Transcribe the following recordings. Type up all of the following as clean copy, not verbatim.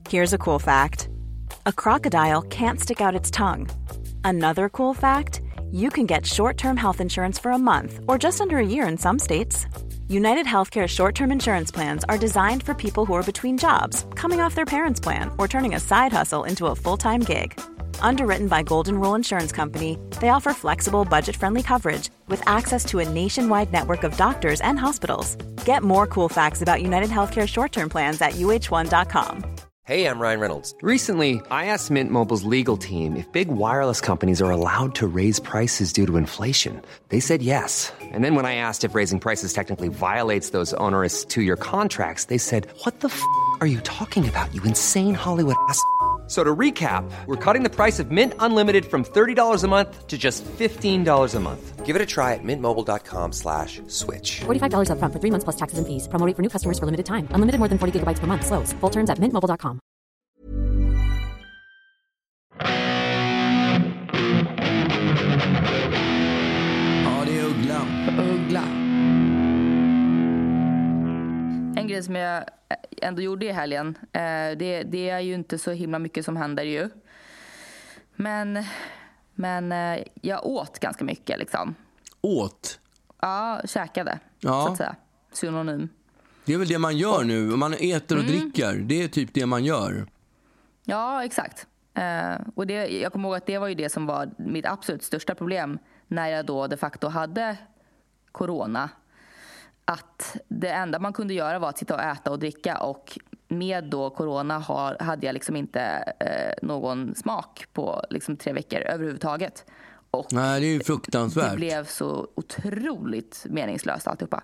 Here's a cool fact. A crocodile can't stick out its tongue. Another cool fact, you can get short-term health insurance for a month or just under a year in some states. United Healthcare short-term insurance plans are designed for people who are between jobs, coming off their parents' plan, or turning a side hustle into a full-time gig. Underwritten by Golden Rule Insurance Company, they offer flexible, budget-friendly coverage with access to a nationwide network of doctors and hospitals. Get more cool facts about United Healthcare short-term plans at uh1.com. Hey, I'm Ryan Reynolds. Recently, I asked Mint Mobile's legal team if big wireless companies are allowed to raise prices due to inflation. They said yes. And then when I asked if raising prices technically violates those onerous two-year contracts, they said, "What the f*** are you talking about, you insane Hollywood ass?" So to recap, we're cutting the price of Mint Unlimited from $30 a month to just $15 a month. Give it a try at mintmobile.com/switch. $45 up front for 3 months plus taxes and fees. Promo rate for new customers for limited time. Unlimited more than 40 gigabytes per month. Slows full terms at mintmobile.com. Ja, det är Uggla. En grej som jag ändå gjorde i helgen, det är ju inte så himla mycket som händer ju. Men jag åt ganska mycket liksom. Åt? Ja, käkade, ja. Så att säga. Synonym. Det är väl det man gör nu. Man äter och dricker. Det är typ det man gör. Ja, exakt. Och jag kommer ihåg att det var ju det som var mitt absolut största problem när jag då de facto hade corona. Att det enda man kunde göra var att sitta och äta och dricka, och med då corona hade jag liksom inte någon smak på liksom 3 veckor överhuvudtaget. Och nej, det är ju fruktansvärt. Det blev så otroligt meningslöst alltihopa.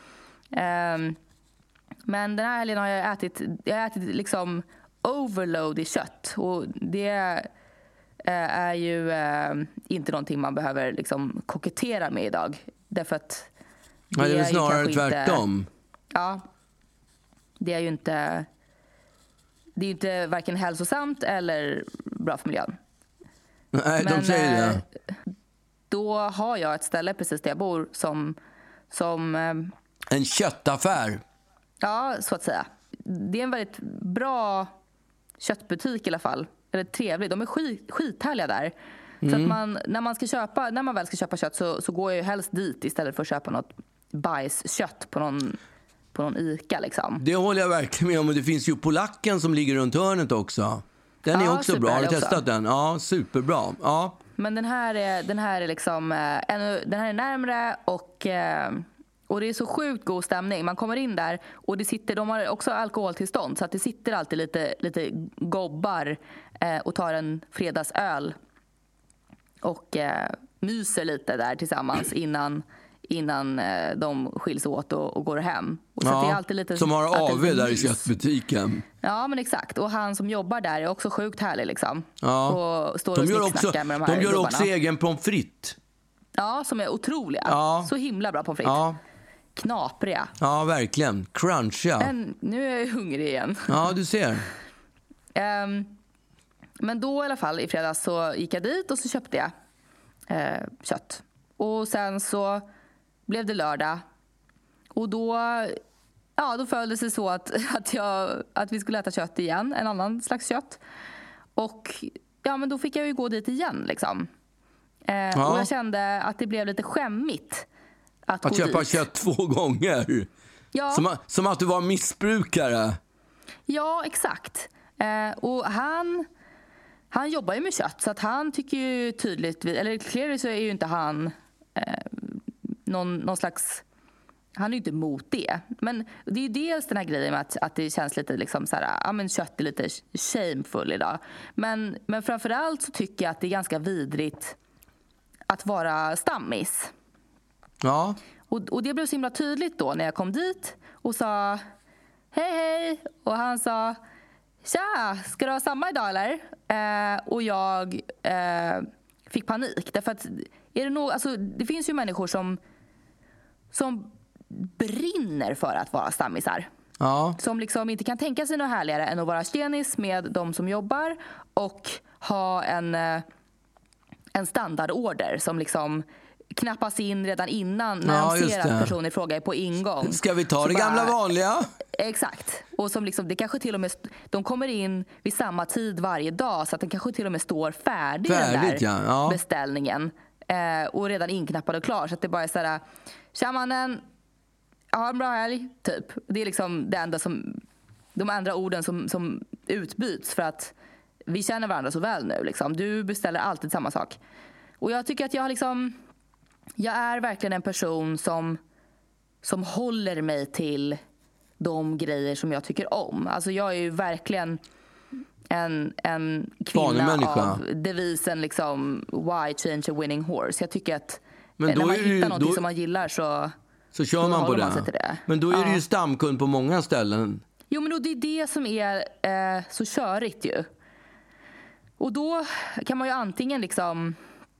Men den här helgen har jag ätit liksom overload i kött, och det är ju inte någonting man behöver liksom kokettera med idag, därför att nej, det är snarare tvärtom. Ja, det är ju inte varken hälsosamt eller bra för miljön. Nej, de säger det. Då har jag ett ställe precis där jag bor som en köttaffär. Ja, så att säga. Det är en väldigt bra köttbutik i alla fall. Eller trevlig. De är skithärliga där. Så att när man väl ska köpa kött så går jag ju helst dit istället för att köpa något bajskött på någon Ica liksom. Det håller jag verkligen med om. Och det finns ju polacken som ligger runt hörnet också. Den är också bra. Har du testat den? Ja, superbra. Ja. Men den här är liksom den här är närmare, och det är så sjukt god stämning. Man kommer in där och de har också alkoholtillstånd, så att det sitter alltid lite gobbar och tar en fredagsöl och myser lite där tillsammans innan de skiljs åt och går hem. Och så det är alltid lite som har AV där i köttbutiken. Ja, men exakt. Och han som jobbar där är också sjukt härlig liksom. Ja. Och står och snicksnackar med de här De gör gubbarna. också egen pommes frites. Ja, som är otroliga. Ja. Så himla bra pommes frites. Ja. Knapriga. Ja, verkligen. Crunchiga. Men nu är jag hungrig igen. Ja, du ser. Men då i alla fall i fredags så gick jag dit och så köpte jag kött. Och sen så blev det lördag. Och då föll det sig så att vi skulle äta kött igen. En annan slags kött. Och men då fick jag ju gå dit igen liksom. Och jag kände att det blev lite skämmigt att köpa dit. Kött 2 gånger. Ja. Som att du var missbrukare. Ja, exakt. Och han jobbar ju med kött, så att han tycker ju tydligt, eller clearly så är ju inte han någon slags, han är ju inte emot det. Men det är ju dels den här grejen med att det känns lite liksom så här, men kött är lite shameful idag. Men framförallt så tycker jag att det är ganska vidrigt att vara stammis. Ja. Och det blev så himla tydligt då när jag kom dit och sa hej. Och han sa tja, ska du ha samma idag eller? Och jag fick panik. Därför att det finns ju människor som brinner för att vara stammisar. Ja. Som liksom inte kan tänka sig något härligare än att vara stenis med de som jobbar och ha en standardorder som liksom knappas in redan innan när de ser att personen i fråga är på ingång. Ska vi ta det gamla vanliga? Exakt. Och som liksom, det kanske till och med, de kommer in vid samma tid varje dag, så att den kanske till och med står färdig den där beställningen. Och redan inknappad och klar. Så att det bara är såhär, tja mannen, ha en bra helg, typ. Det är liksom det enda som, de andra orden som utbyts, för att vi känner varandra så väl nu liksom. Du beställer alltid samma sak. Och jag tycker att jag är verkligen en person som håller mig till de grejer som jag tycker om. Alltså jag är ju verkligen en kvinna av devisen liksom, why change a winning horse. Jag tycker att när man hittar något som man gillar så kör man på det. Men då är det ju stamkund på många ställen. Jo, men då, det är det som är så körigt ju. Och då kan man ju antingen liksom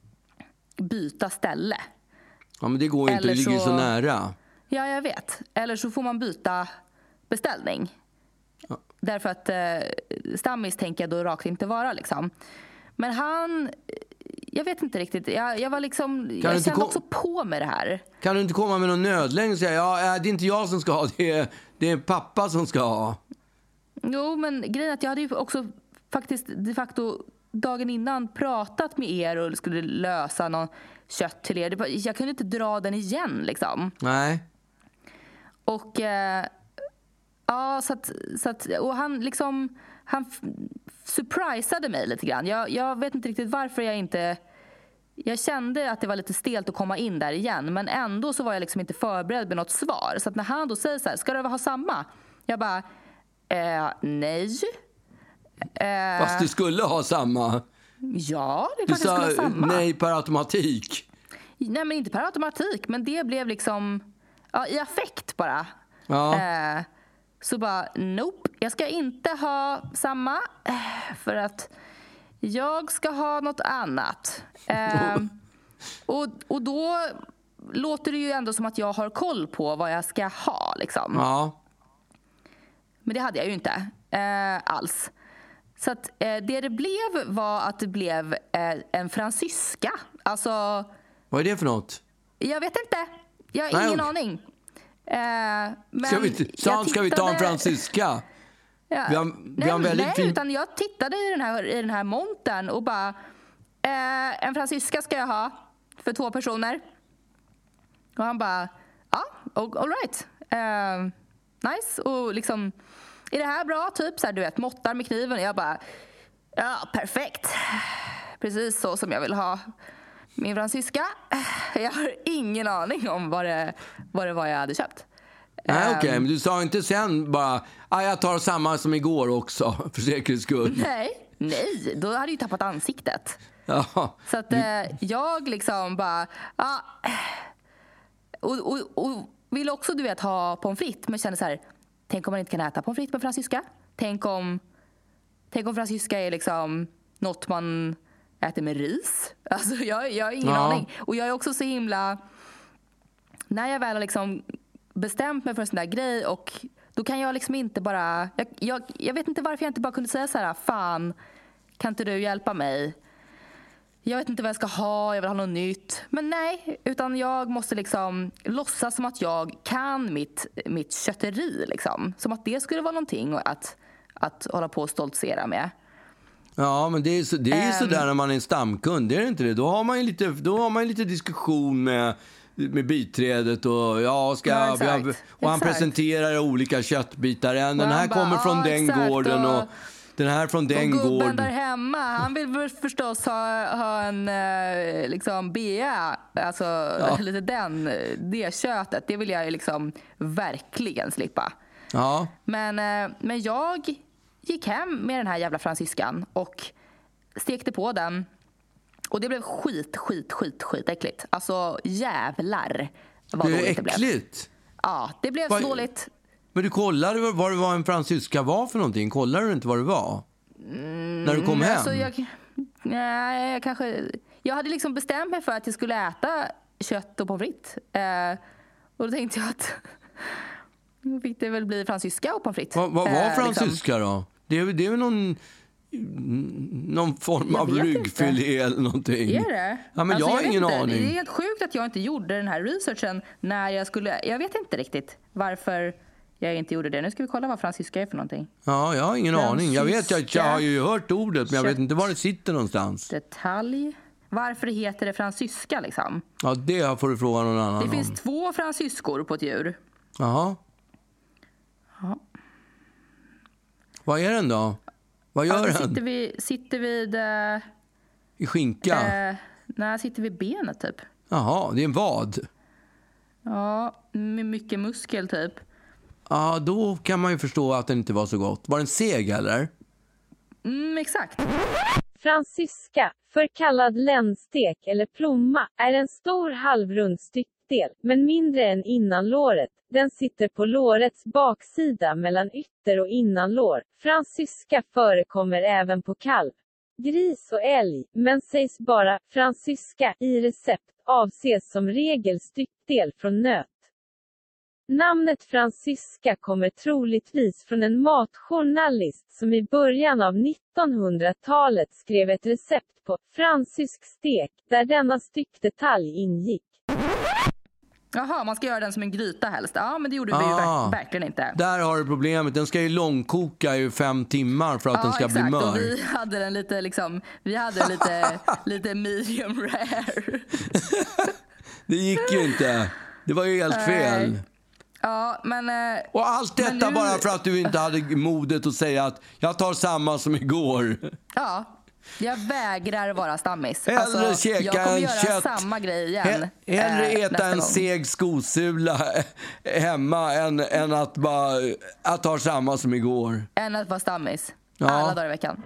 byta ställe. Ja, men det går ju inte, det ligger ju så nära. Ja, jag vet. Eller så får man byta beställning. Ja. Därför att stammis tänker jag då rakt inte vara liksom. Men jag vet inte riktigt. Jag var liksom, jag kände också på med det här. Kan du inte komma med någon nödlängd och säga, det är inte jag som ska ha, det är pappa som ska ha? Jo, men grejen är att jag hade ju också faktiskt de facto dagen innan pratat med er och skulle lösa någon kött till er. Jag kunde inte dra den igen liksom. Nej. Och ja, så att och han liksom, han surprisade mig lite grann. Jag vet inte riktigt varför jag kände att det var lite stelt att komma in där igen, men ändå så var jag liksom inte förberedd med något svar. Så att när han då säger så här, ska du ha samma? Jag bara, nej. Fast du skulle ha samma. Ja, det är klart jag skulle ha samma. Nej per automatik. Nej, men inte per automatik, men det blev liksom i affekt bara. Ja. Så bara, nope, jag ska inte ha samma för att jag ska ha något annat. Och då låter det ju ändå som att jag har koll på vad jag ska ha liksom. Ja. Men det hade jag ju inte alls. Så att det blev var att det blev en fransyska. Alltså, vad är det för något? Jag vet inte. Jag har ingen aning. Men ska vi ta en fransyska? Ja. Utan jag tittade i den här montern och bara, en fransyska ska jag ha för 2 personer. Och han bara, all right. Nice. Och liksom, är det här bra? Typ så här, du vet, måttar med kniven. Och jag bara, ja, perfekt. Precis så som jag vill ha min fransyska. Jag har ingen aning om vad det var jag hade köpt. Nej, okej. Men du sa inte sen bara, jag tar samma som igår också, för säkerhets skull. Nej, då hade jag ju tappat ansiktet. Ja. Så att jag liksom bara, och vill också, du vet, ha pommes frites, men kände så här, tänk om man inte kan äta pommes frites med fransyska? Tänk om fransyska är liksom något man äter med ris? Alltså jag har ingen aning. Och jag är också så himla, när jag väl har liksom bestämt mig för en sån där grej, och då kan jag liksom inte bara, jag vet inte varför jag inte bara kunde säga så här, fan, kan inte du hjälpa mig? Jag vet inte vad jag ska ha, jag vill ha något nytt. Men nej, utan jag måste liksom låtsas som att jag kan mitt kötteri liksom. Som att det skulle vara någonting att hålla på och stoltsera med. Ja, men det är så där när man är en stamkund, det är inte det? Då har man ju lite diskussion med biträdet och och han presenterar olika köttbitar. Den här kommer från den gården och den här från den gården. Och gubben där hemma, han vill väl förstås ha en liksom bea, alltså lite det köttet. Det vill jag ju liksom verkligen slippa. Ja. Men jag gick hem med den här jävla fransyskan och stekte på den. Och det blev skitäckligt. Alltså jävlar vad dåligt det blev. Det är äckligt? Ja, det blev så dåligt. Men du kollade vad det var en fransyska var för någonting? Kollade du inte vad det var? När du kom hem? Alltså jag hade liksom bestämt mig för att jag skulle äta kött och pommes frites. Och då tänkte jag att då fick det väl bli fransyska och pommes frites. Vad var fransyska liksom då? Det är väl någon någon form av ryggfilé eller någonting. Är det? Ja, men alltså, jag har ingen inte. aning. Det är helt sjukt att jag inte gjorde den här researchen när jag skulle... Jag vet inte riktigt varför jag inte gjorde det. Nu ska vi kolla vad fransyska är för någonting. Ja, jag har ingen aning. Jag har ju hört ordet, men jag vet inte var det sitter någonstans. Detalj. Varför heter det fransyska liksom? Ja, det får du fråga någon annan Det om. finns 2 fransyskor på ett djur. Jaha. Ja. Vad är den då? Vad gör den? Sitter vid... I skinka? Nej, sitter vid benet typ. Jaha, det är en vad? Ja, med mycket muskel typ. Ja, då kan man ju förstå att den inte var så gott. Var den seg eller? Exakt. Fransyska, förkallad länsstek eller plomma, är en stor halvrund styckdel, men mindre än innanlåret. Den sitter på lårets baksida mellan ytter- och innanlår. Fransyska förekommer även på kalv, gris och älg, men sägs bara fransyska i recept avses som regel styckdel från nöt. Namnet fransyska kommer troligtvis från en matjournalist som i början av 1900-talet skrev ett recept på fransysk stek, där denna styckdetalj ingick. Jaha, man ska göra den som en gryta helst. Ja, men det gjorde vi ju verkligen inte. Där har du problemet. Den ska ju långkoka i 5 timmar för att den ska bli mör. Och vi hade den lite lite medium rare. Det gick ju inte. Det var ju helt fel. Ja, men... Och allt detta bara för att du inte hade modet att säga att jag tar samma som igår. Ja, jag vägrar vara stammis. Hellre käka jag kommer en göra kött. samma grej igen. Hellre äta en gång. seg skosula hemma än att bara ta samma som igår. Än att vara stammis. Ja. Alla dagar i veckan.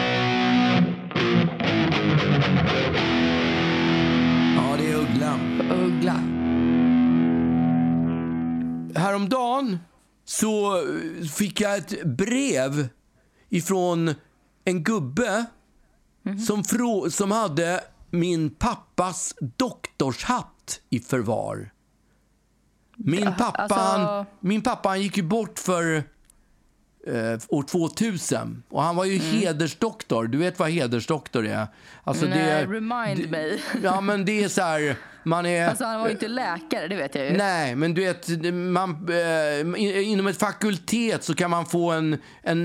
Ja, det är uggla. Häromdagen så fick jag ett brev ifrån en gubbe som hade min pappas doktorshatt i förvar. Min pappa han gick ju bort för år 2000 och han var ju hedersdoktor. Du vet vad hedersdoktor är? Alltså Remind me. Ja, men det är så här man är... Alltså han var ju inte läkare, det vet jag ju. Nej, men du vet, inom ett fakultet så kan man få en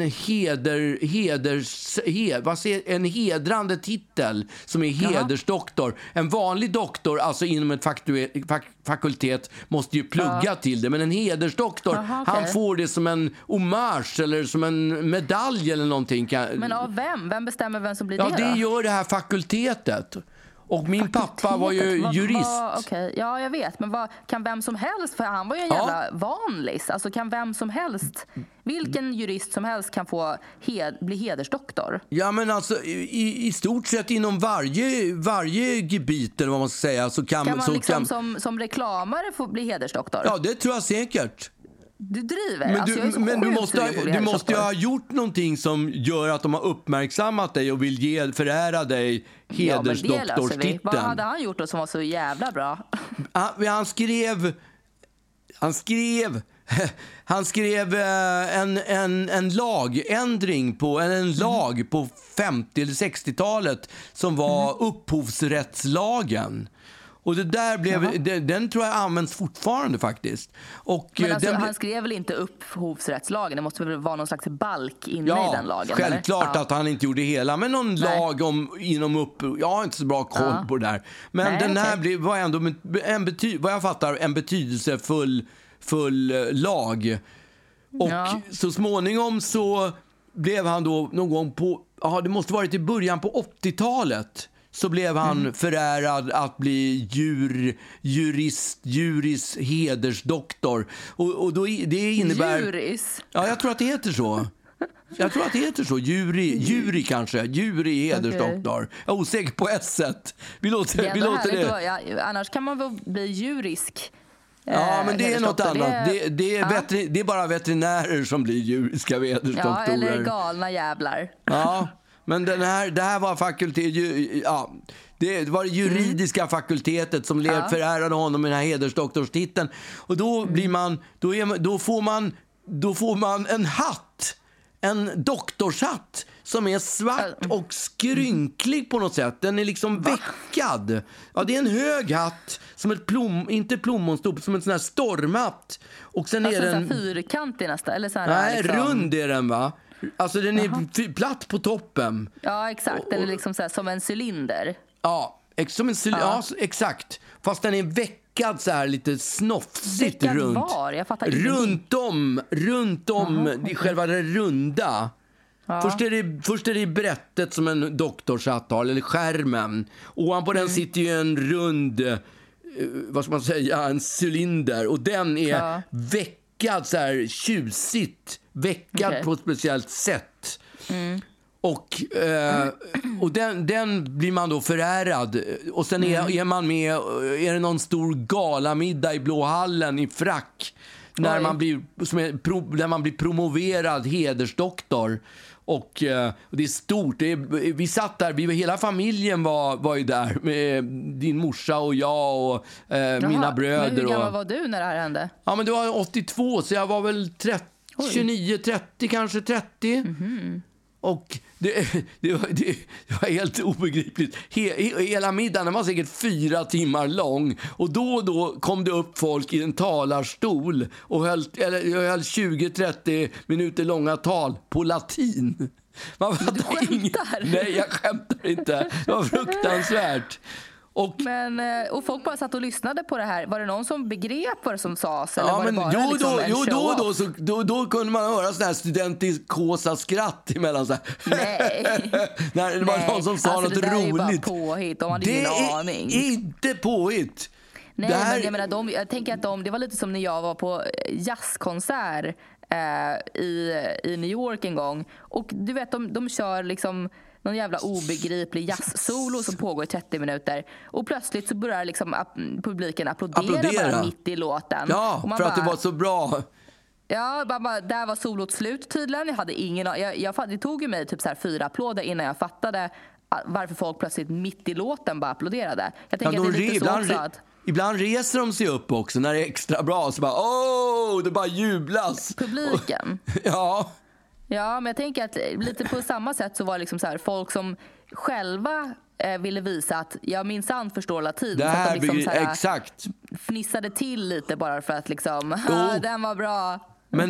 hedrande titel som är hedersdoktor. En vanlig doktor, alltså inom ett fakultet, måste ju plugga till det. Men en hedersdoktor, han får det som en hommage eller som en medalj eller någonting. Men av vem? Vem bestämmer vem som blir det då? Ja, det gör det här fakultetet. Och min pappa var ju jurist. Okej. Ja, jag vet. Men kan vem som helst, för han var ju en jävla vanlis. Alltså kan vem som helst, vilken jurist som helst kan få bli hedersdoktor? Ja, men alltså i stort sett inom varje gebit eller vad man ska säga så kan man liksom som reklamare få bli hedersdoktor? Ja, det tror jag säkert. Du driver? Men, alltså, du måste ju ha gjort någonting som gör att de har uppmärksammat dig och vill förära dig hedersdoktorstiteln. Vad hade han gjort då som var så jävla bra? Han skrev en lagändring en lag på 50- eller 60-talet som var upphovsrättslagen. Och det där den tror jag används fortfarande faktiskt. Men alltså, han skrev väl inte upphovsrättslagen? Det måste väl vara någon slags balk inne i den lagen? Självklart att han inte gjorde hela. Men någon lag jag har inte så bra koll på det där. Men den här var ändå vad jag fattar en betydelsefull lag. Och så småningom så blev han då någon gång på... det måste varit i början på 80-talet. Så blev han förärad att bli juris hedersdoktor. Och då, det innebär... Juris? Ja, jag tror att det heter så. Jury kanske. Jury hedersdoktor. Okay. Jag är osäker på S-et. Vi låter det. Annars kan man väl bli jurisk. Ja, men det är något annat. Det är bara veterinärer som blir juriska hedersdoktorer. Ja, eller galna jävlar. Ja. Men det här var fakultet, det var det juridiska fakultetet som förärade honom med den här hedersdoktorstiteln. Och då blir man, då får man en hatt. en doktorshatt som är svart och skrynklig på något sätt. Den är liksom veckad. Ja, det är en hög hatt som ett inte plommonstop, som en sån här stormhatt. Och sen alltså är den fyrkantig nästan, eller så här, nej, liksom... rund är den, va? Alltså den är platt på toppen. Ja, exakt. Den är liksom så här, som en cylinder. Ja, som en ja, exakt. Fast den är veckad så här lite snofsigt veckad runt. Var? Jag fattar runt om i själva det runda. Ja. Först är det brättet som en doktorshatt har, eller skärmen. Ovanpå den sitter ju en rund, vad ska man säga, en cylinder. Och den är veckad så här tjusigt. Veckad på ett speciellt sätt. Och den blir man då förärad. Och sen är man med, är det någon stor galamiddag i Blå hallen i frack. När man blir promoverad hedersdoktor. Och det är stort. Vi satt där, hela familjen var ju där. Med din morsa och jag och mina bröder. Men hur gammal var du när det här hände? Ja, men det var 82, så jag var väl 29, 30, kanske 30. Och det var helt obegripligt. Hela middagen var säkert 4 timmar lång. Och då kom det upp folk i en talarstol och höll 20-30 minuter långa tal på latin. Du skämtar? Nej, jag skämtar inte. Det var fruktansvärt. Och folk bara satt och lyssnade på det här. Var det någon som begrep vad det som sades? Eller ja, var det bara då kunde man höra sån här studentikosa skratt emellan. Så här. Nej. När det var någon som sa något roligt. Det är bara påhitt. De hade ingen aning. Det är inte påhitt. Nej, men jag menar, jag tänker att det var lite som när jag var på jazzkonsert i New York en gång. Och du vet, de kör liksom någon jävla obegriplig jazzsolo som pågår i 30 minuter. Och plötsligt så börjar liksom publiken applådera bara mitt i låten. Ja, och man för att det var så bra. Ja, där var solot slut tydligen. Jag hade ingen... Det tog ju mig typ så här 4 applåder innan jag fattade varför folk plötsligt mitt i låten bara applåderade. Jag tänker att det är lite så också att... Ibland reser de sig upp också när det är extra bra. Så bara, det bara jublas. Publiken. Ja. Ja, men jag tänker att lite på samma sätt så var det liksom så här, folk som själva ville visa att jag minsann förstår latin. Det här så att de liksom så här exakt. Fnissade till lite bara för att liksom, den var bra. Men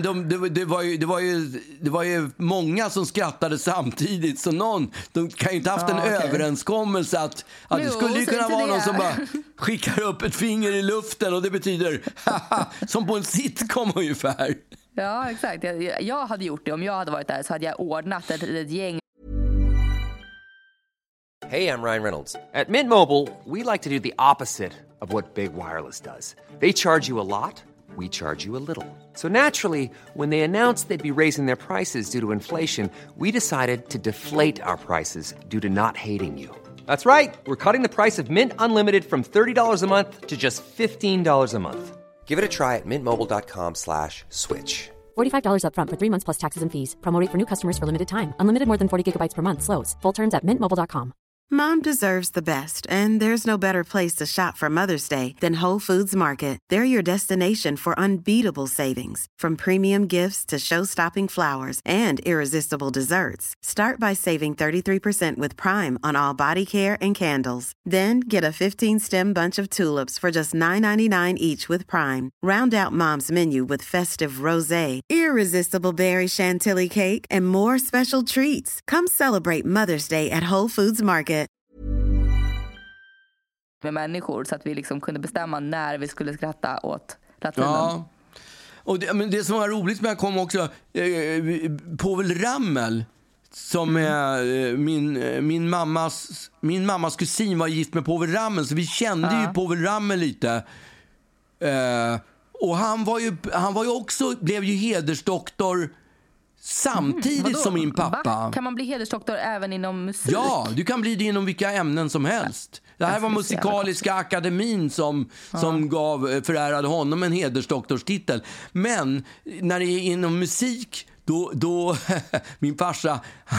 det var ju många som skrattade samtidigt. Så de kan ju inte haft en överenskommelse att det skulle ju kunna vara någon som bara skickar upp ett finger i luften. Och det betyder som på en sitcom ungefär. Ja, exakt. Jag hade gjort det. Om jag hade varit där så hade jag ordnat ett gäng. Hey, I'm Ryan Reynolds. At Mint Mobile, we like to do the opposite of what Big Wireless does. They charge you a lot, we charge you a little. So naturally, when they announced they'd be raising their prices due to inflation, we decided to deflate our prices due to not hating you. That's right. We're cutting the price of Mint Unlimited from $30 a month to just $15 a month. Give it a try at mintmobile.com/switch. $45 up front for 3 months plus taxes and fees. Promo rate for new customers for limited time. Unlimited more than 40 gigabytes per month. Slows full terms at mintmobile.com. Mom deserves the best, and there's no better place to shop for Mother's Day than Whole Foods Market. They're your destination for unbeatable savings, from premium gifts to show-stopping flowers and irresistible desserts. Start by saving 33% with Prime on all body care and candles. Then get a 15-stem bunch of tulips for just $9.99 each with Prime. Round out Mom's menu with festive rosé, irresistible berry chantilly cake, and more special treats. Come celebrate Mother's Day at Whole Foods Market. Med människor så att vi liksom kunde bestämma när vi skulle skratta åt latinen. Ja. Och det som var roligt med kom också Povel Ramel som är min mammas kusin var gift med Povel Ramel, så vi kände ju Povel Ramel lite. Och han var ju också, blev ju hedersdoktor samtidigt som min pappa. Kan man bli hedersdoktor även inom musik? Ja, du kan bli det inom vilka ämnen som helst. Det här var Musikaliska akademin som förärade honom en hedersdoktorstitel. Men när det är inom musik, då min farsa,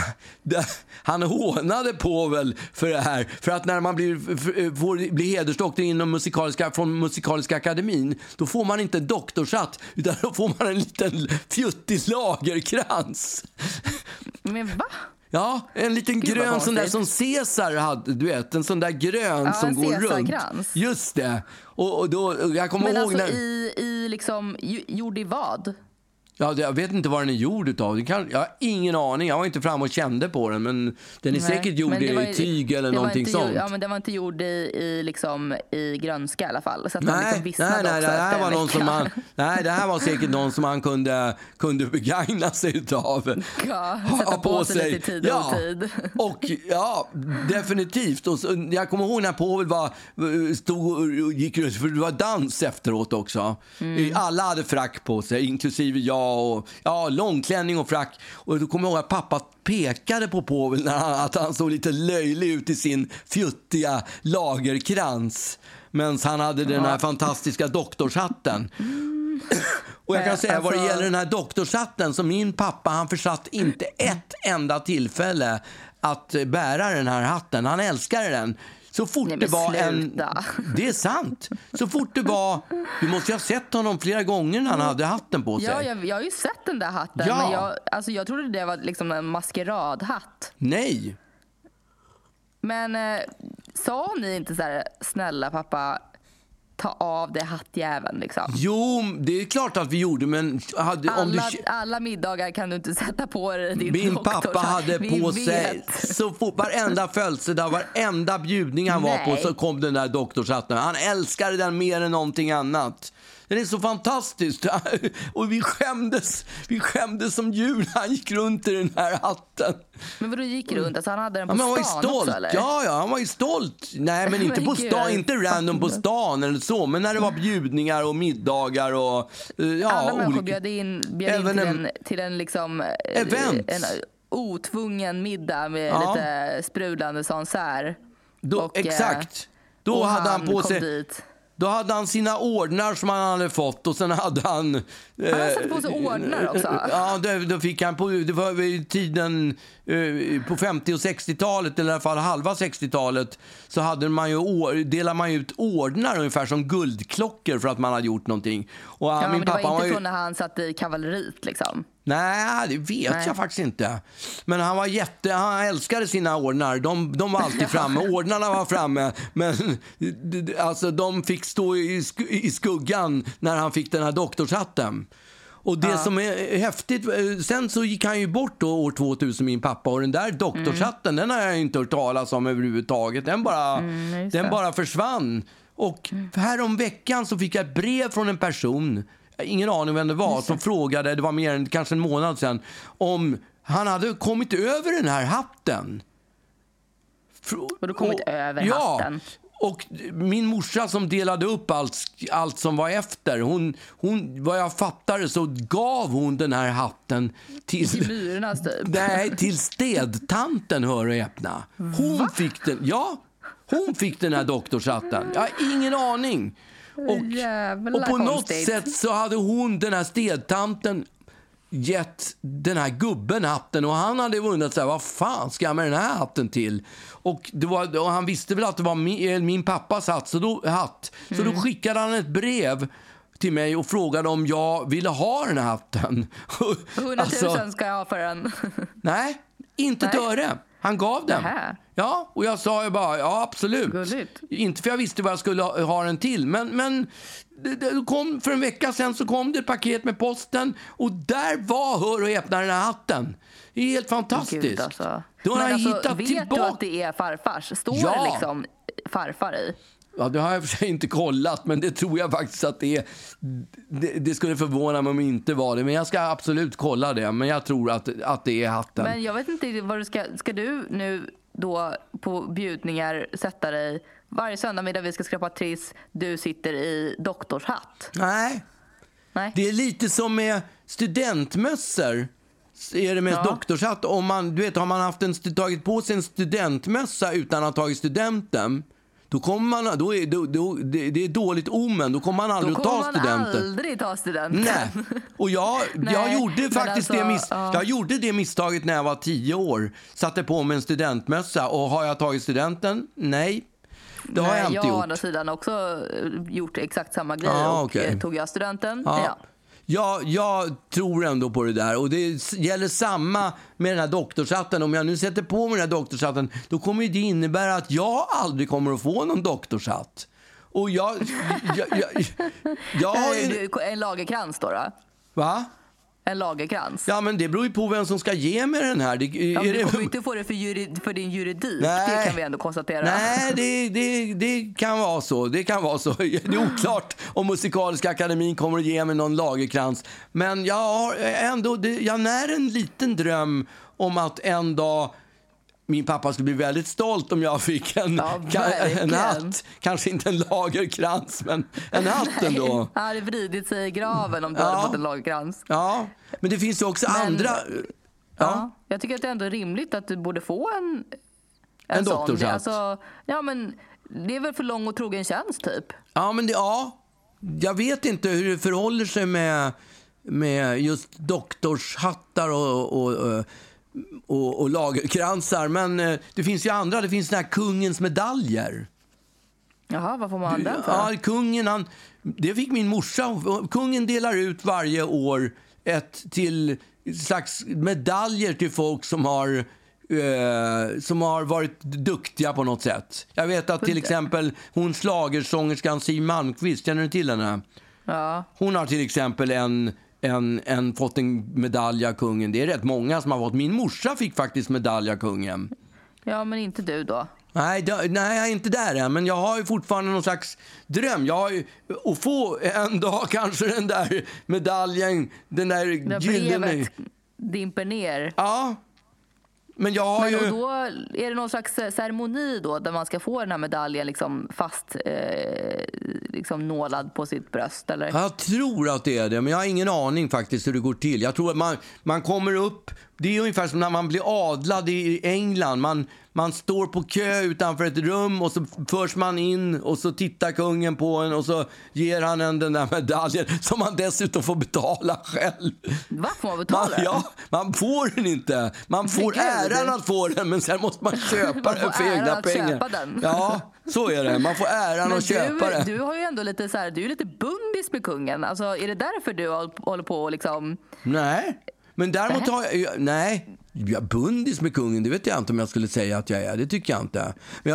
han hånade Povel för det här. För att när man blir hedersdoktor inom från Musikaliska akademin, då får man inte en doktorshatt, utan då får man en liten fjuttig lagerkrans. Men va? Ja, en liten grön sån där som Caesar hade, du vet, en sån där grön som går runt. Just det. Och då, jag kommer ihåg alltså när... i liksom, gjord i vad? Ja, jag vet inte vad den är gjord utav. Jag har ingen aning. Jag var inte fram och kände på den, men den är säkert gjord i tyg eller någonting sånt. Ja, men den var inte gjord i grönska i alla fall. Så att man liksom nej, det här var någon som det här var säkert någon som man kunde begagna sig utav. Ja, sätta på sig lite tid och tid. Och ja, definitivt. Och så, jag kommer ihåg när Povel stod och gick runt, för det var dans efteråt också. Alla hade frack på sig, inklusive jag. Och, långklänning och frack. Och då kommer jag ihåg att pappa pekade på Povel att han såg lite löjlig ut i sin fjuttiga lagerkrans, medan han hade den här fantastiska doktorshatten. Och jag kan säga, vad det gäller den här doktorshatten, så min pappa, han försatt inte ett enda tillfälle att bära den här hatten. Han älskade den. Så fort det var det är sant. Så fort det var, du måste ju ha sett honom flera gånger när han hade hatten på sig. Ja, jag har ju sett den där hatten, men jag trodde det var liksom en maskeradhatt. Nej. Men sa ni inte så här, snälla pappa, ta av det hattjäveln liksom? Jo, det är klart att vi gjorde, men alla middagar kan du inte sätta på dig din min doktor. Pappa hade på sig så fort, varenda födelsedag, varenda bjudning han var på, så kom den där doktorshatten. Han älskade den mer än någonting annat. Den är så fantastisk. Och vi skämdes som djur. Han gick runt i den här hatten. Men vadå gick runt? Alltså han hade den på stan stolt. Också, eller? Ja, han var ju stolt. Nej, men inte på stan, inte random på stan eller så. Men när det var bjudningar och middagar och alla människor bjöd in till en liksom event. En otvungen middag med lite sprudlande sonsär. Exakt. Då hade han på sig dit. Då hade han sina ordnar som han hade fått, och sen hade han... Han satt på sig ordnar också. Ja, då fick han det var i tiden på 50- och 60-talet, eller i alla fall halva 60-talet, så delade man ut ordnar ungefär som guldklockor för att man hade gjort någonting. Och min men pappa det var inte från när han satt i kavalleriet liksom. Nej, det vet jag faktiskt inte. Men han älskade sina ordnar. De var alltid framme. Ordnarna var framme. Men alltså, de fick stå i skuggan när han fick den här doktorshatten. Och det som är häftigt, sen så gick han ju bort då år 2000, min pappa, och den där doktorshatten, den har jag inte hört talas om överhuvudtaget. Den bara försvann. Och här om veckan så fick jag ett brev från en person, ingen aning vem det var, som frågade, det var mer än kanske en månad sedan, om han hade kommit över den här hatten. Och du kommit över hatten? Och min morsa som delade upp allt som var efter, hon vad jag fattade så gav hon den här hatten till myrornas typ. Nej, till städtanten, hör och öppna. Hon fick den. Ja, hon fick den här doktorshatten. Jag har ingen aning. Och på något sätt så hade hon, den här städtanten, gett den här gubben hatten, och han hade undrat så här, vad fan ska jag med den här hatten till? Och han visste väl att det var min pappas hatt, så då skickade han ett brev till mig och frågade om jag ville ha den här hatten. 100 000 ska jag ha för den. Nej, inte ett öre. Han gav den. Ja, och jag sa ju bara, ja absolut. Gulligt. Inte för jag visste vad jag skulle ha den till, men det kom för en vecka sedan, så kom det ett paket med posten, och där var, hör och öppna, den här hatten. Det är helt fantastiskt. Gud, alltså. Då har han hittat vet tillbaka. Du att det är farfars? Står det liksom farfar i? Ja, det har jag för sig inte kollat, men det tror jag faktiskt att det är. Det skulle förvåna mig om det inte var det, men jag ska absolut kolla det. Men jag tror att det är hatten. Men jag vet inte vad du ska du nu då på bjudningar sätta dig varje söndag vi ska skrapa triss, du sitter i doktorshatt? Nej. Det är lite som med studentmössor. Är det mest doktorshatt. Om man, du vet, har man tagit på sig en studentmössa utan att ha tagit studenten, Då kommer man, det är dåligt omen. Då kommer man aldrig att ta studenten. Då kommer man aldrig ta studenten. Nej. Och jag gjorde faktiskt jag gjorde det misstaget när jag var 10 år. Satte på mig en studentmössa. Och har jag tagit studenten? Nej. Det har jag inte gjort. Jag å andra sidan också gjort exakt samma grej. Och tog jag studenten? Ja. Ja, jag tror ändå på det där. Och det gäller samma med den här doktorshatten. Om jag nu sätter på mig den här doktorshatten, då kommer det innebära att jag aldrig kommer att få någon doktorshatt. Och jag har en lagerkrans då? Va? En lagerkrans. Ja, men det beror ju på vem som ska ge mig den här. Du kommer inte få det för din juridik. Nej. Det kan vi ändå konstatera. Nej, det kan vara så. Det kan vara så. Det är oklart om Musikaliska akademin kommer att ge mig någon lagerkrans. Men jag har ändå, jag när en liten dröm om att en dag min pappa skulle bli väldigt stolt om jag fick en hatt. Kanske inte en lagerkrans, men en hatt ändå. Han hade vridit sig i graven om du hade fått en lagerkrans. Ja, men det finns ju också andra. Ja. Jag tycker att det är ändå rimligt att du borde få en doktorshatt. Alltså, ja, men det är väl för lång och trogen tjänst typ. Ja, men jag vet inte hur det förhåller sig med just doktorshattar och lagerkransar, men det finns ju andra. Det finns såna här kungens medaljer. Jaha, vad får man den för? Ja, kungen, det fick min morsa. Kungen delar ut varje år till slags medaljer till folk som har varit duktiga på något sätt. Jag vet att till exempel hon schlagersångerskan Siw Malmkvist, känner du till henne? Ja. Hon har till exempel fått en medalj av kungen. Det är rätt många som har fått. Min morsa fick faktiskt medalj av kungen. Ja, men inte du då? Nej, jag är inte där än. Men jag har ju fortfarande någon slags dröm. Jag har ju att få en dag kanske den där medaljen, den där gyllene... brevet dimper ner. Ja. Men jag har ju... då är det någon slags ceremoni då där man ska få den här medaljen liksom fast liksom nålad på sitt bröst, eller? Jag tror att det är det, men jag har ingen aning faktiskt hur det går till. Jag tror att man kommer upp, det är ungefär som när man blir adlad i England. Man står på kö utanför ett rum och så förs man in och så tittar kungen på en och så ger han en den där medaljen som man dessutom får betala själv. Va, får man betala? Man får den inte. Man får äran att få den, men sen måste man köpa den för egna pengar. Köpa den. Ja, så är det. Man får äran att köpa den. Du har ju ändå lite så här, du är lite bundis med kungen. Alltså, är det därför du håller på liksom... Nej. Men däremot har jag bundis med kungen, det vet jag inte om jag skulle säga att jag är. Det tycker jag inte. Men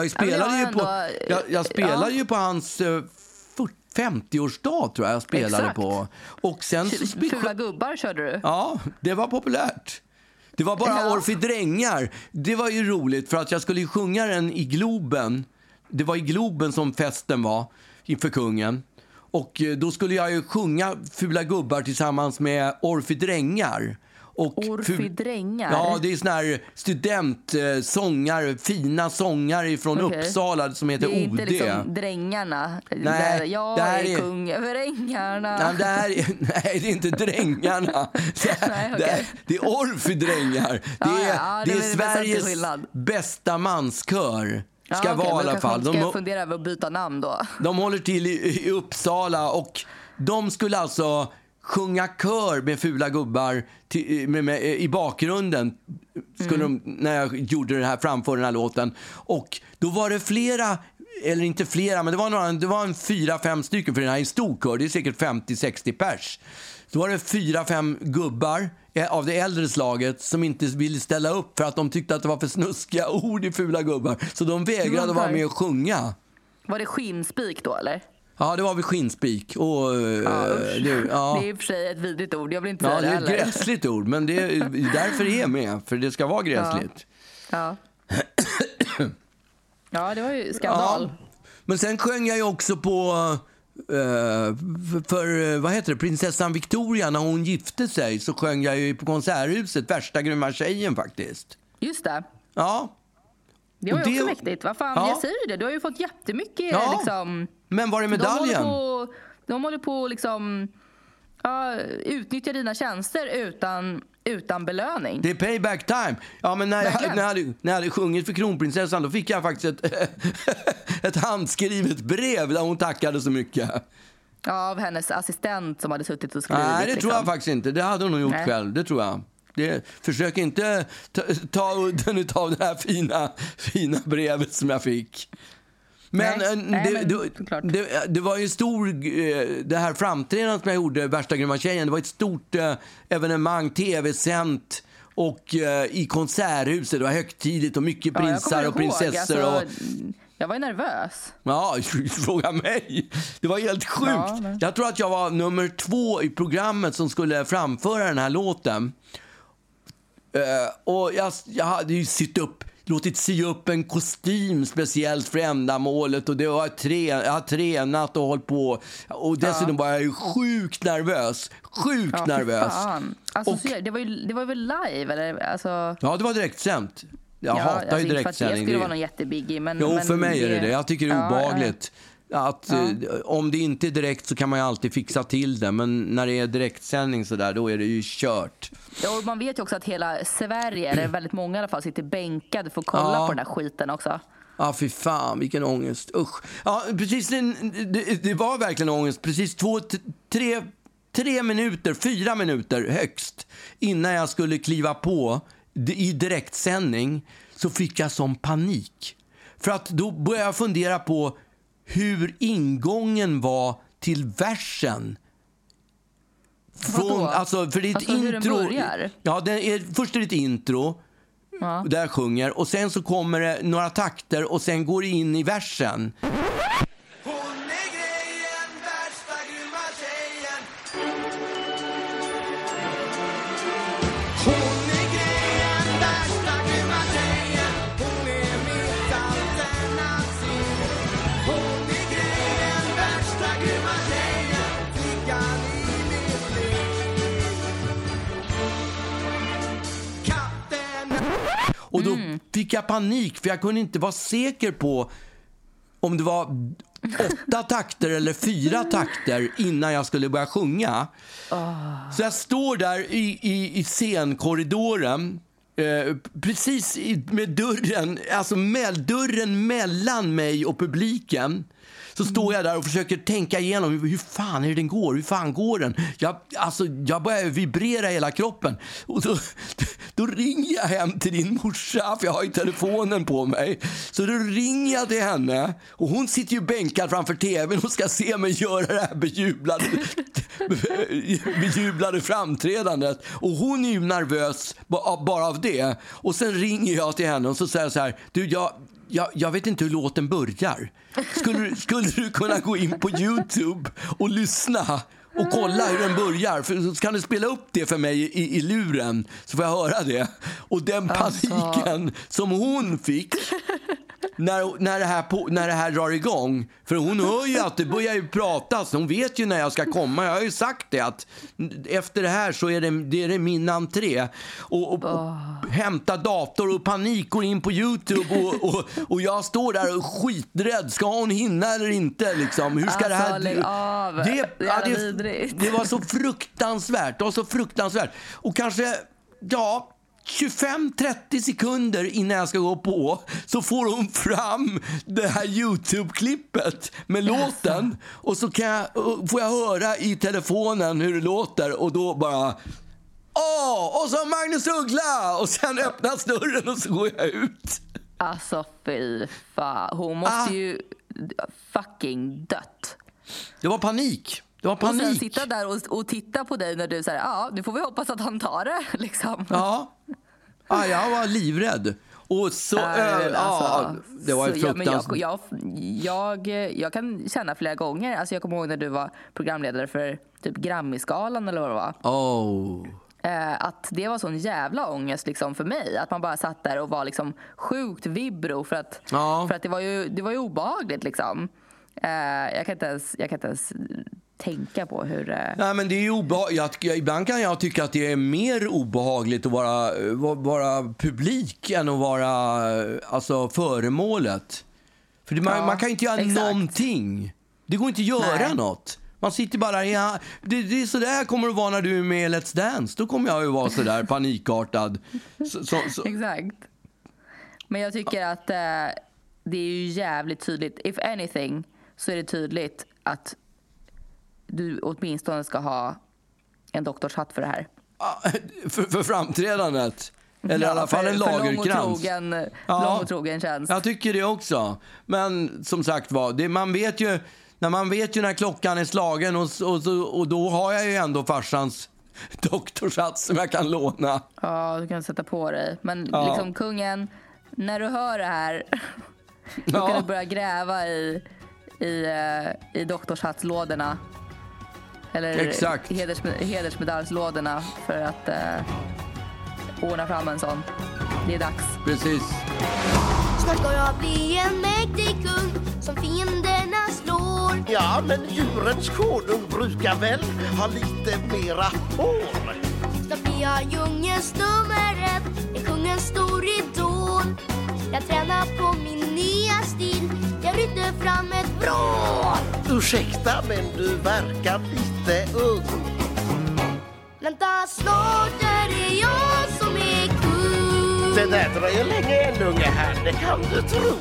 jag spelade ju på hans 50-årsdag, tror jag spelade. Exakt. På. Och sen Fula gubbar körde du. Ja, det var populärt. Det var bara Orfidrängar. Det var ju roligt för att jag skulle sjunga den i Globen. Det var i Globen som festen var inför kungen. Och då skulle jag ju sjunga Fula gubbar tillsammans med Orfidrängar. Orfidrängar? Ja, det är såna här studentsångare, fina sångare från Uppsala som heter OD. Det är inte liksom drängarna. Nej, jag är kung över ängarna. Nej, det är inte drängarna. Det är Orfidrängar. Det är Sveriges bästa manskör. Ska vara i alla fall. Ska fundera över att byta namn då? De håller till i Uppsala och de skulle alltså sjunga kör med Fula gubbar i bakgrunden skulle när jag gjorde det här framför den här låten. Och då var det flera, eller inte flera, men det var en 4-5 stycken, för den här är en stor kör, det är säkert 50-60 pers. Då var det 4-5 gubbar av det äldre slaget som inte ville ställa upp för att de tyckte att det var för snuskiga ord i Fula gubbar. Så de vägrade vara med och sjunga. Var det skinnspik då, eller? Ja, det var väl skinnspik. Och, det är i och för sig ett vidrigt ord. Jag vill inte säga det heller. Det är ett gräsligt ord, men det är därför det är med. För det ska vara gräsligt. Ja, det var ju skandal. Ja. Men sen sjöng jag ju också på... för vad heter det, prinsessan Victoria, när hon gifte sig, så sjöng jag ju på Konserthuset Värsta grymma tjejen faktiskt. Just det. Ja. Det var ju också mäktigt. Vad fan, jag säger det. Du har ju fått jättemycket liksom... Men var är medaljen? De håller på liksom utnyttja dina tjänster utan utan belöning. Det är payback time. Ja, men när jag hade sjungit för kronprinsessan, då fick jag faktiskt ett handskrivet brev där hon tackade så mycket. Ja, av hennes assistent som hade suttit och skrivit. Nej, det tror jag faktiskt inte. Det hade hon nog gjort själv, det tror jag. Försök inte ta udden av det här fina brevet som jag fick. Men det var ju det här framträdandet som jag gjorde, Värsta grymma tjejen, det var ett stort evenemang, tv-sänt och i konserthuset, det var högtidigt och mycket prinsar och prinsessor. Alltså, jag var nervös. Ja, fråga mig. Det var helt sjukt. Ja, jag tror att jag var nummer 2 i programmet som skulle framföra den här låten. Och jag hade ju låtit sy upp en kostym speciellt för ändamålet, och det var jag har tränat och hållit på, och dessutom var jag sjukt nervös. Fan. Alltså, och det var väl live eller alltså... Ja, det var direktsänt. Jag hatar ju direktsändning. Det skulle vara någon jättebiggy, men för mig är det. Jag tycker det är obehagligt. Att om det inte är direkt så kan man ju alltid fixa till det, men när det är direktsändning så där, då är det ju kört. Ja, och man vet ju också att hela Sverige, eller väldigt många i alla fall, sitter bänkade för att kolla på den här skiten också. Ja, fy fan, vilken ångest. Usch. Ja, precis, det var verkligen ångest. Precis 4 minuter högst innan jag skulle kliva på i direktsändning så fick jag som panik. För att då började jag fundera på hur ingången var till versen. För det är ett intro. Hur den börjar? Ja, först är det ett intro. Ja. Där sjunger. Och sen så kommer det några takter och sen går det in i versen. Hon är grejen, värsta grymma tjejen. Hon är grejen, värsta grymma tjejen. Hon är mitt alternativ. Hon är grejen, värsta grymma tjejen. Flickan i mitt liv. Katten. Och då fick jag panik, för jag kunde inte vara säker på om det var 8 takter eller 4 takter innan jag skulle börja sjunga. Så jag står där i scenkorridoren, precis med dörren, alltså dörren mellan mig och publiken. Så står jag där och försöker tänka igenom hur fan är det den går? Hur fan går den? Jag börjar vibrera hela kroppen. Och då ringer jag hem till din morsa, för jag har ju telefonen på mig. Så då ringer jag till henne, och hon sitter ju bänkad framför tvn och ska se mig göra det här bejublade framträdandet. Och hon är ju nervös bara av det. Och sen ringer jag till henne och så säger jag så här: du, jag vet inte hur låten börjar. Skulle du kunna gå in på YouTube och lyssna och kolla hur den börjar? För så kan du spela upp det för mig i luren, så får jag höra det. Och den paniken som hon fick när det här drar igång. För hon hör ju att det börjar ju pratas. Hon vet ju när jag ska komma. Jag har ju sagt det, att efter det här så är det min entré. Och hämta dator och panik, går in på YouTube och jag står där och skiträdd. Ska hon hinna eller inte? Liksom? Hur ska det här... Det var så fruktansvärt. Det var så fruktansvärt. Och kanske, 25-30 sekunder innan jag ska gå på, så får hon fram det här YouTube-klippet med låten. Och så får jag höra i telefonen hur det låter. Och då bara... och så Magnus Uggla! Och sen öppnas dörren och så går jag ut. Alltså fy fan. Hon måste ju fucking dött. Det var panik. Och sen sitta där och titta på dig när du säger, nu får vi hoppas att han tar det liksom. Ja, jag var livrädd. Och så, det var ett fruktansvärt. Jag kan känna flera gånger. Alltså jag kommer ihåg när du var programledare för typ Grammy-skalan eller vad det var. Att det var sån jävla ångest liksom för mig. Att man bara satt där och var liksom sjukt vibro. För att det var ju obehagligt liksom. Jag kan inte ens tänka på hur... Nej, men det är ju obehagligt. Ibland kan jag tycka att det är mer obehagligt att vara publik än att vara föremålet. För man kan inte göra någonting. Det går inte att göra något. Man sitter bara det är så där kommer det vara när du är med i Let's Dance. Då kommer jag ju vara så där panikartad. Så. Exakt. Men jag tycker att det är ju jävligt tydligt. If anything så är det tydligt att du åtminstone ska ha en doktorshatt för det här. För framträdandet. Eller i alla fall en lagerkrans. Lång och trogen tjänst. Jag tycker det också. Men som sagt var, man vet ju när klockan är slagen och då har jag ju ändå farsans doktorshatt som jag kan låna. Ja, du kan sätta på dig. Men liksom kungen, när du hör det här då kan du börja gräva i doktorshattslådorna. Eller exakt. hedersmedaljslådorna för att ordna fram en sån. Det är dags. Precis. Snart ska jag bli en mäktig kung som fienderna slår. Ja, men djurens konung brukar väl ha lite mera hår. Snart blir jag djungelns nummer 1, är kungens stor idol. Jag tränar på min nya stil, jag rycker fram ett vrål. Ursäkta, men du verkar lite ung. Vänta, snart är det jag som är kung. Det där dröjer länge än, unge här, det kan du tro.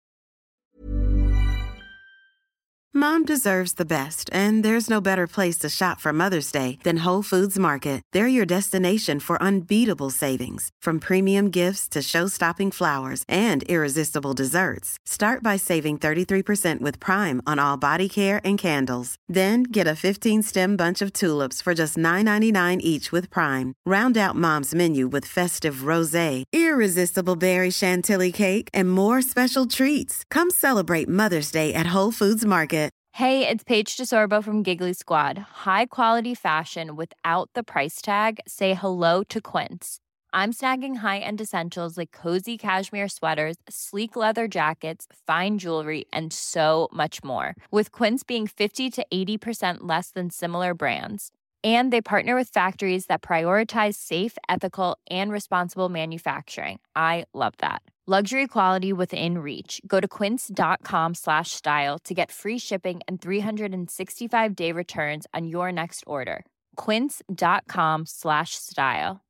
Mom deserves the best, and there's no better place to shop for Mother's Day than Whole Foods Market. They're your destination for unbeatable savings, from premium gifts to show-stopping flowers and irresistible desserts. Start by saving 33% with Prime on all body care and candles. Then get a 15-stem bunch of tulips for just $9.99 each with Prime. Round out Mom's menu with festive rosé, irresistible berry chantilly cake, and more special treats. Come celebrate Mother's Day at Whole Foods Market. Hey, it's Paige DeSorbo from Giggly Squad. High quality fashion without the price tag. Say hello to Quince. I'm snagging high-end essentials like cozy cashmere sweaters, sleek leather jackets, fine jewelry, and so much more. With Quince being 50 to 80% less than similar brands. And they partner with factories that prioritize safe, ethical, and responsible manufacturing. I love that. Luxury quality within reach. Go to quince.com/style to get free shipping and 365-day returns on your next order. Quince.com/style.